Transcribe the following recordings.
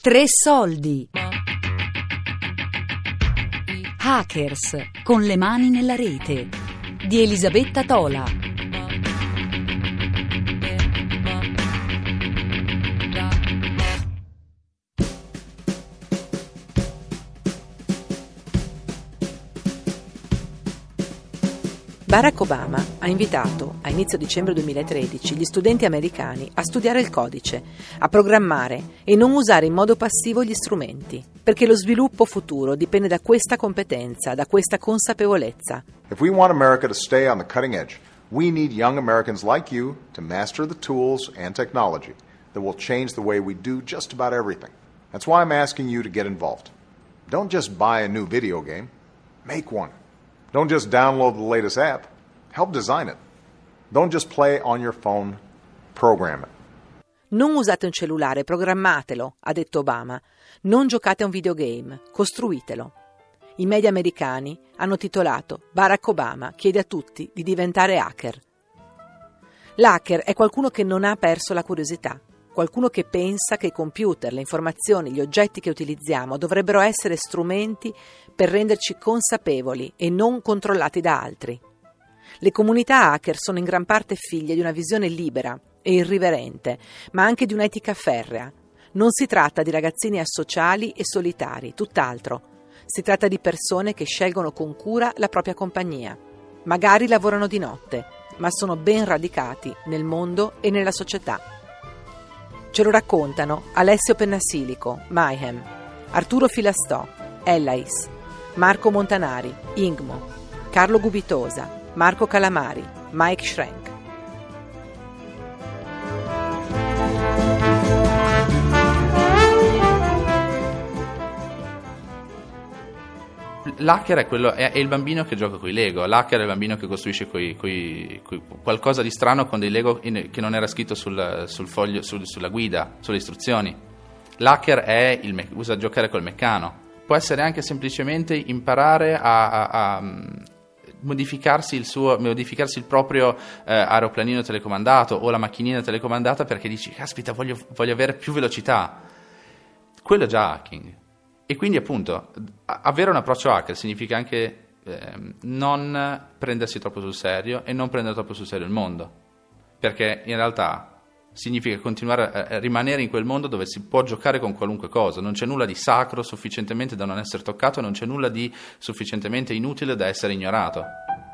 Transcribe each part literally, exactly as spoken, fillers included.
Tre soldi. Hackers con le mani nella rete di Elisabetta Tola. Barack Obama ha invitato a inizio dicembre duemilatredici gli studenti americani a studiare il codice, a programmare e non usare in modo passivo gli strumenti, perché lo sviluppo futuro dipende da questa competenza, da questa consapevolezza. If we want America to stay on the cutting edge, we need young Americans like you to master the tools and technology that will change the way we do just about everything. That's why I'm asking you to get involved. Don't just buy a new video game, make one. Don't just download the latest app, help design it. Don't just play on your phone, program it. Non usate un cellulare, programmatelo, ha detto Obama. Non giocate a un videogame, costruitelo. I media americani hanno titolato Barack Obama chiede a tutti di diventare hacker. L'hacker è qualcuno che non ha perso la curiosità, qualcuno che pensa che i computer, le informazioni, gli oggetti che utilizziamo dovrebbero essere strumenti per renderci consapevoli e non controllati da altri. Le comunità hacker sono in gran parte figlie di una visione libera e irriverente, ma anche di un'etica ferrea. Non si tratta di ragazzini asociali e solitari, tutt'altro. Si tratta di persone che scelgono con cura la propria compagnia. Magari lavorano di notte, ma sono ben radicati nel mondo e nella società. Ce lo raccontano Alessio Pennasilico, Mayhem, Arturo Filastò, Ellais, Marco Montanari, Ingmo, Carlo Gubitosa, Marco Calamari, Mike Schrenk. L'hacker è, quello, è, è il bambino che gioca con i Lego, l'hacker è il bambino che costruisce coi, coi, coi, qualcosa di strano con dei Lego in, che non era scritto sul, sul foglio, sul, sulla guida, sulle istruzioni. L'hacker è il me- usa giocare col meccano. Può essere anche semplicemente imparare a, a, a modificarsi il suo, modificarsi il proprio eh, aeroplanino telecomandato o la macchinina telecomandata perché dici, caspita, voglio, voglio avere più velocità. Quello è già hacking. E quindi appunto avere un approccio hacker significa anche eh, non prendersi troppo sul serio e non prendere troppo sul serio il mondo, perché in realtà significa continuare a rimanere in quel mondo dove si può giocare con qualunque cosa, non c'è nulla di sacro sufficientemente da non essere toccato, non c'è nulla di sufficientemente inutile da essere ignorato.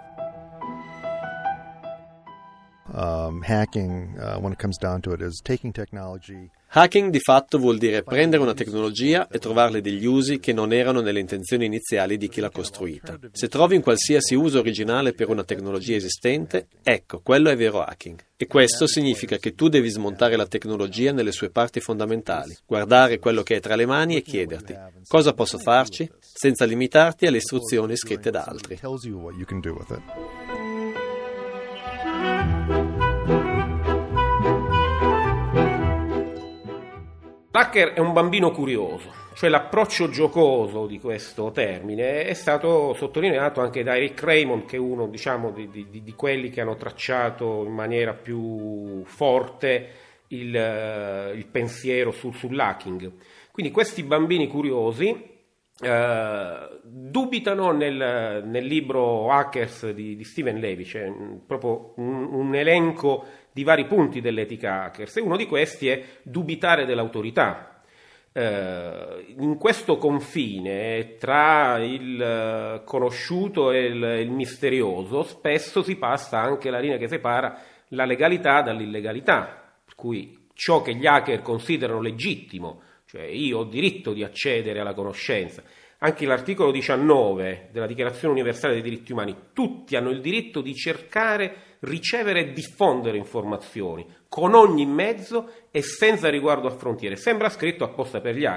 Um, hacking, uh, when it comes down to it, is taking technology. Hacking di fatto vuol dire prendere una tecnologia e trovarle degli usi che non erano nelle intenzioni iniziali di chi l'ha costruita. Se trovi un qualsiasi uso originale per una tecnologia esistente, ecco, quello è vero hacking. E questo significa che tu devi smontare la tecnologia nelle sue parti fondamentali, guardare quello che è tra le mani e chiederti cosa posso farci, senza limitarti alle istruzioni scritte da altri. L'hacker è un bambino curioso, cioè l'approccio giocoso di questo termine è stato sottolineato anche da Eric Raymond, che è uno, diciamo, di, di, di quelli che hanno tracciato in maniera più forte il, il pensiero sul, sull'hacking. Quindi questi bambini curiosi Uh, dubitano nel, nel libro Hackers di, di Steven Levy, c'è proprio un, un elenco di vari punti dell'etica hackers e uno di questi è dubitare dell'autorità. Uh, in questo confine tra il conosciuto e il, il misterioso spesso si passa anche la linea che separa la legalità dall'illegalità, per cui ciò che gli hacker considerano legittimo, cioè io ho diritto di accedere alla conoscenza. Anche l'articolo diciannove della Dichiarazione Universale dei Diritti Umani, tutti hanno il diritto di cercare, ricevere e diffondere informazioni con ogni mezzo e senza riguardo a frontiere. Sembra scritto apposta per gli hacker.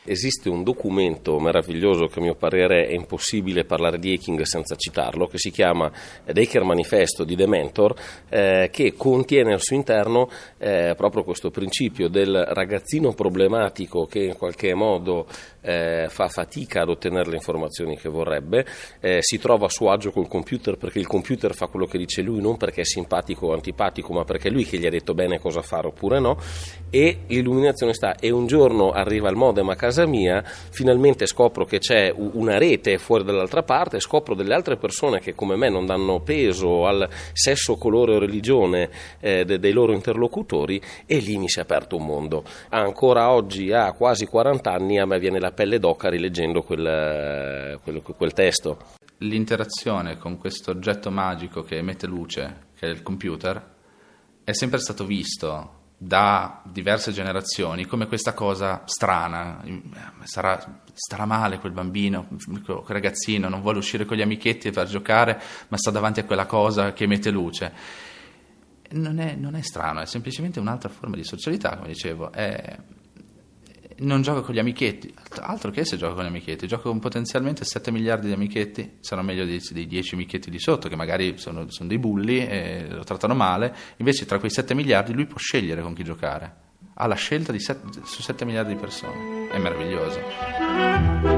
Esiste un documento meraviglioso che a mio parere è impossibile parlare di hacking senza citarlo, che si chiama Hacker Manifesto di Dementor, eh, che contiene al suo interno eh, proprio questo principio del ragazzino problematico che in qualche modo eh, fa fatica ad ottenere le informazioni che vorrebbe, eh, si trova a suo agio col computer perché il computer fa quello che dice lui, non perché è simpatico o antipatico, ma perché è lui che gli ha detto bene cosa fare oppure no, e l'illuminazione sta, e un giorno arriva il modem a casa mia, finalmente scopro che c'è una rete fuori dall'altra parte, scopro delle altre persone che come me non danno peso al sesso, colore o religione eh, de- dei loro interlocutori, e lì mi si è aperto un mondo. Ancora oggi, a quasi quaranta anni, a me viene la pelle d'oca rileggendo quel, quel, quel testo. L'interazione con questo oggetto magico che emette luce, che è il computer, è sempre stato visto da diverse generazioni come questa cosa strana. Sarà, starà male quel bambino, quel ragazzino, non vuole uscire con gli amichetti per giocare, ma sta davanti a quella cosa che emette luce. Non è, non è strano, è semplicemente un'altra forma di socialità, come dicevo. È, non gioca con gli amichetti, altro che se gioca con gli amichetti, gioca con potenzialmente sette miliardi di amichetti, sarà meglio dei, dei dieci amichetti di sotto che magari sono, sono dei bulli e lo trattano male. Invece tra quei sette miliardi lui può scegliere con chi giocare, ha la scelta di set, su sette miliardi di persone, è meraviglioso.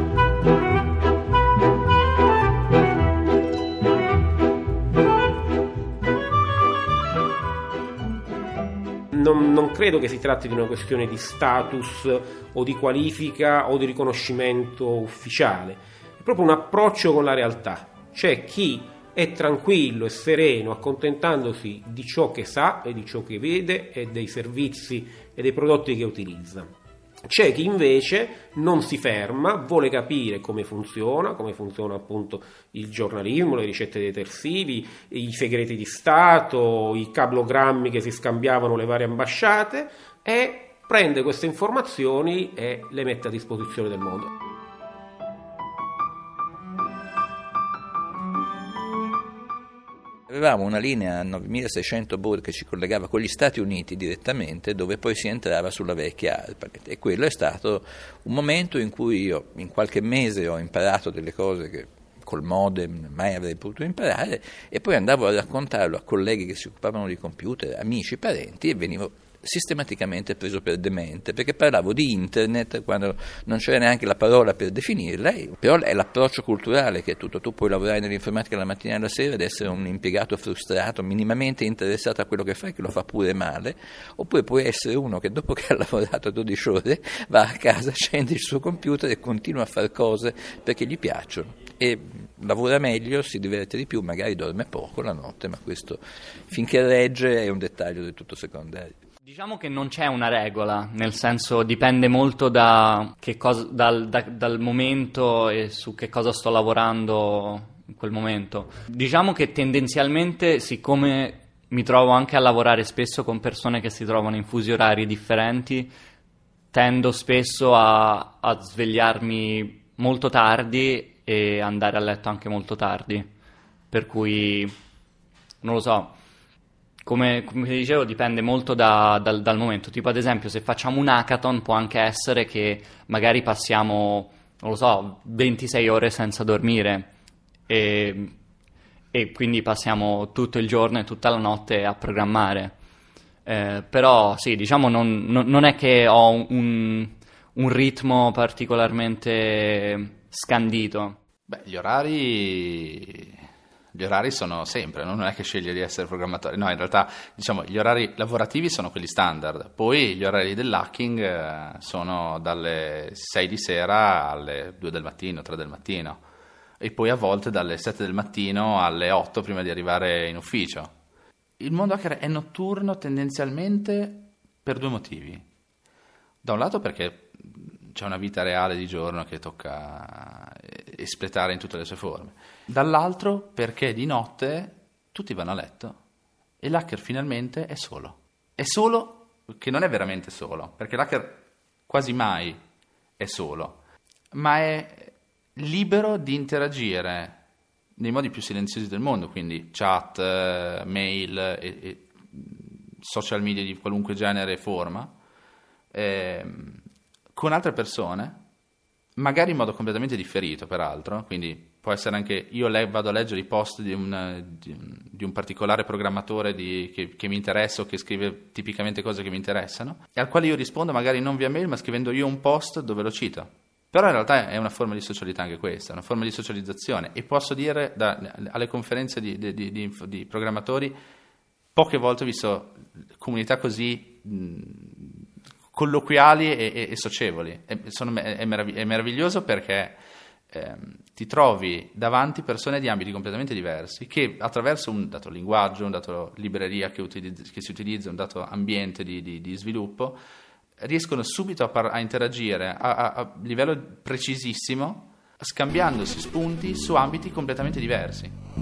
Non, non credo che si tratti di una questione di status o di qualifica o di riconoscimento ufficiale, è proprio un approccio con la realtà. C'è chi è tranquillo e sereno accontentandosi di ciò che sa e di ciò che vede e dei servizi e dei prodotti che utilizza. C'è chi invece non si ferma, vuole capire come funziona, come funziona appunto il giornalismo, le ricette detersivi, i segreti di Stato, i cablogrammi che si scambiavano le varie ambasciate, e prende queste informazioni e le mette a disposizione del mondo. Avevamo una linea a novemilaseicento baud che ci collegava con gli Stati Uniti direttamente, dove poi si entrava sulla vecchia ARPANET, e quello è stato un momento in cui io in qualche mese ho imparato delle cose che col modem mai avrei potuto imparare, e poi andavo a raccontarlo a colleghi che si occupavano di computer, amici, parenti, e venivo sistematicamente preso per demente, perché parlavo di internet quando non c'era neanche la parola per definirla. Però è l'approccio culturale che è tutto. Tu puoi lavorare nell'informatica la mattina e la sera ed essere un impiegato frustrato, minimamente interessato a quello che fai, che lo fa pure male, oppure puoi essere uno che dopo che ha lavorato dodici ore va a casa, accende il suo computer e continua a fare cose perché gli piacciono, e lavora meglio, si diverte di più, magari dorme poco la notte, ma questo finché regge è un dettaglio del tutto secondario. Diciamo che non c'è una regola, nel senso dipende molto da che cosa, dal, da, dal momento e su che cosa sto lavorando in quel momento. Diciamo che tendenzialmente, siccome mi trovo anche a lavorare spesso con persone che si trovano in fusi orari differenti, tendo spesso a, a svegliarmi molto tardi e andare a letto anche molto tardi, per cui non lo so. Come, come dicevo, dipende molto da, dal, dal momento. Tipo, ad esempio, se facciamo un hackathon può anche essere che magari passiamo, non lo so, ventisei ore senza dormire e, e quindi passiamo tutto il giorno e tutta la notte a programmare. Eh, però sì, diciamo, non, non, non è che ho un, un ritmo particolarmente scandito. Beh, gli orari... Gli orari sono sempre, non è che sceglie di essere programmatore, no, in realtà diciamo gli orari lavorativi sono quelli standard, poi gli orari dell'hacking eh, sono dalle sei di sera alle due del mattino, tre del mattino, e poi a volte dalle sette del mattino alle otto prima di arrivare in ufficio. Il mondo hacker è notturno tendenzialmente per due motivi. Da un lato perché c'è una vita reale di giorno che tocca espletare in tutte le sue forme. Dall'altro perché di notte tutti vanno a letto e l'hacker finalmente è solo. È solo, che non è veramente solo, perché l'hacker quasi mai è solo, ma è libero di interagire nei modi più silenziosi del mondo, quindi chat, mail e, e social media di qualunque genere e forma, eh, con altre persone magari in modo completamente differito peraltro, quindi può essere anche io le, vado a leggere i post di un, di un, di un particolare programmatore di, che, che mi interessa o che scrive tipicamente cose che mi interessano, e al quale io rispondo magari non via mail ma scrivendo io un post dove lo cito. Però in realtà è una forma di socialità anche questa, una forma di socializzazione, e posso dire da, alle conferenze di, di, di, di, di programmatori poche volte ho visto comunità così mh, colloquiali e, e, e socievoli. È, sono, è, meravig- è meraviglioso perché ehm, ti trovi davanti persone di ambiti completamente diversi che attraverso un dato linguaggio, un dato libreria che, utilizz- che si utilizza, un dato ambiente di, di, di sviluppo, riescono subito a, par- a interagire a, a, a livello precisissimo, scambiandosi spunti su ambiti completamente diversi.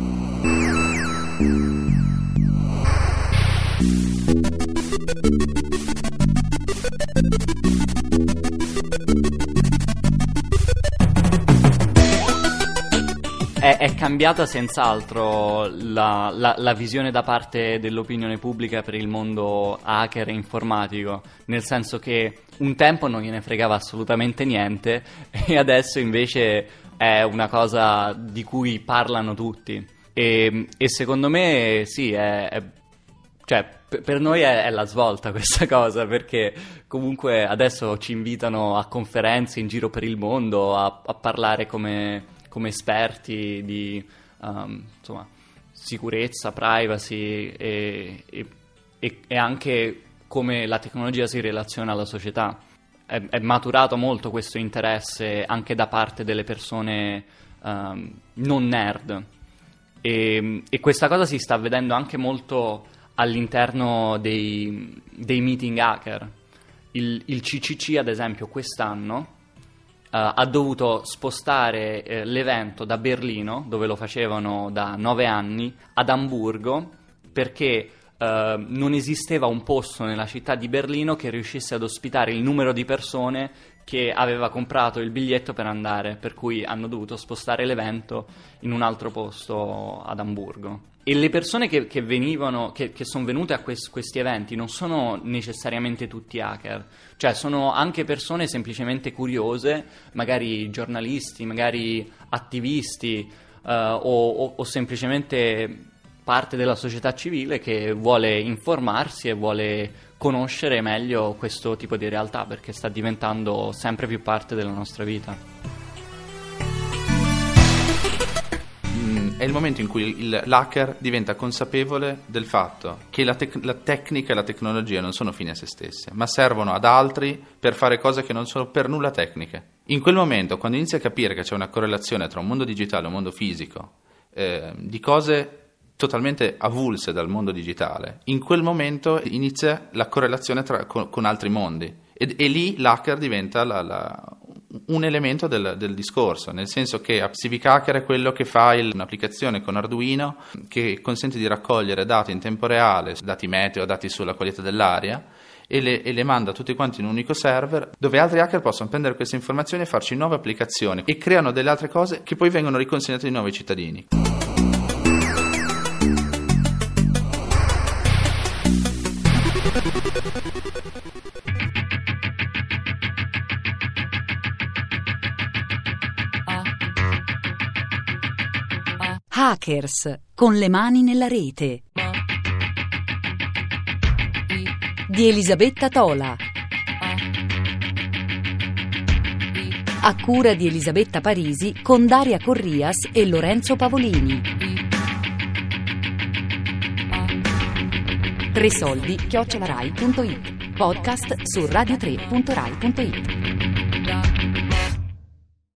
È, è cambiata senz'altro la, la, la visione da parte dell'opinione pubblica per il mondo hacker e informatico, nel senso che un tempo non gliene fregava assolutamente niente e adesso invece è una cosa di cui parlano tutti. E, e secondo me sì, è, è, cioè, p- per noi è, è la svolta questa cosa, perché comunque adesso ci invitano a conferenze in giro per il mondo a, a parlare come... come esperti di um, insomma, sicurezza, privacy e, e, e anche come la tecnologia si relaziona alla società. È, è maturato molto questo interesse anche da parte delle persone um, non nerd e, e questa cosa si sta vedendo anche molto all'interno dei, dei meeting hacker. Il, il C C C ad esempio quest'anno Uh, ha dovuto spostare uh, l'evento da Berlino, dove lo facevano da nove anni, ad Amburgo, perché uh, non esisteva un posto nella città di Berlino che riuscisse ad ospitare il numero di persone che aveva comprato il biglietto per andare, per cui hanno dovuto spostare l'evento in un altro posto ad Amburgo. E le persone che, che venivano, che, che sono venute a quest, questi eventi non sono necessariamente tutti hacker, cioè sono anche persone semplicemente curiose, magari giornalisti, magari attivisti uh, o, o, o semplicemente parte della società civile che vuole informarsi e vuole conoscere meglio questo tipo di realtà, perché sta diventando sempre più parte della nostra vita. È il momento in cui il, l'hacker diventa consapevole del fatto che la, tec- la tecnica e la tecnologia non sono fini a se stesse, ma servono ad altri per fare cose che non sono per nulla tecniche. In quel momento, quando inizia a capire che c'è una correlazione tra un mondo digitale e un mondo fisico, eh, di cose totalmente avulse dal mondo digitale, in quel momento inizia la correlazione tra, con, con altri mondi e, e lì l'hacker diventa la, la, un elemento del, del discorso, nel senso che Civic Hacker è quello che fa il, un'applicazione con Arduino che consente di raccogliere dati in tempo reale, dati meteo, dati sulla qualità dell'aria, e le, e le manda tutti quanti in un unico server dove altri hacker possono prendere queste informazioni e farci nuove applicazioni e creano delle altre cose che poi vengono riconsegnate di nuovo ai cittadini. Hackers con le mani nella rete di Elisabetta Tola, a cura di Elisabetta Parisi con Daria Corrias e Lorenzo Pavolini. Tre soldi chiocciola rai punto it, podcast su radio tre punto rai punto it.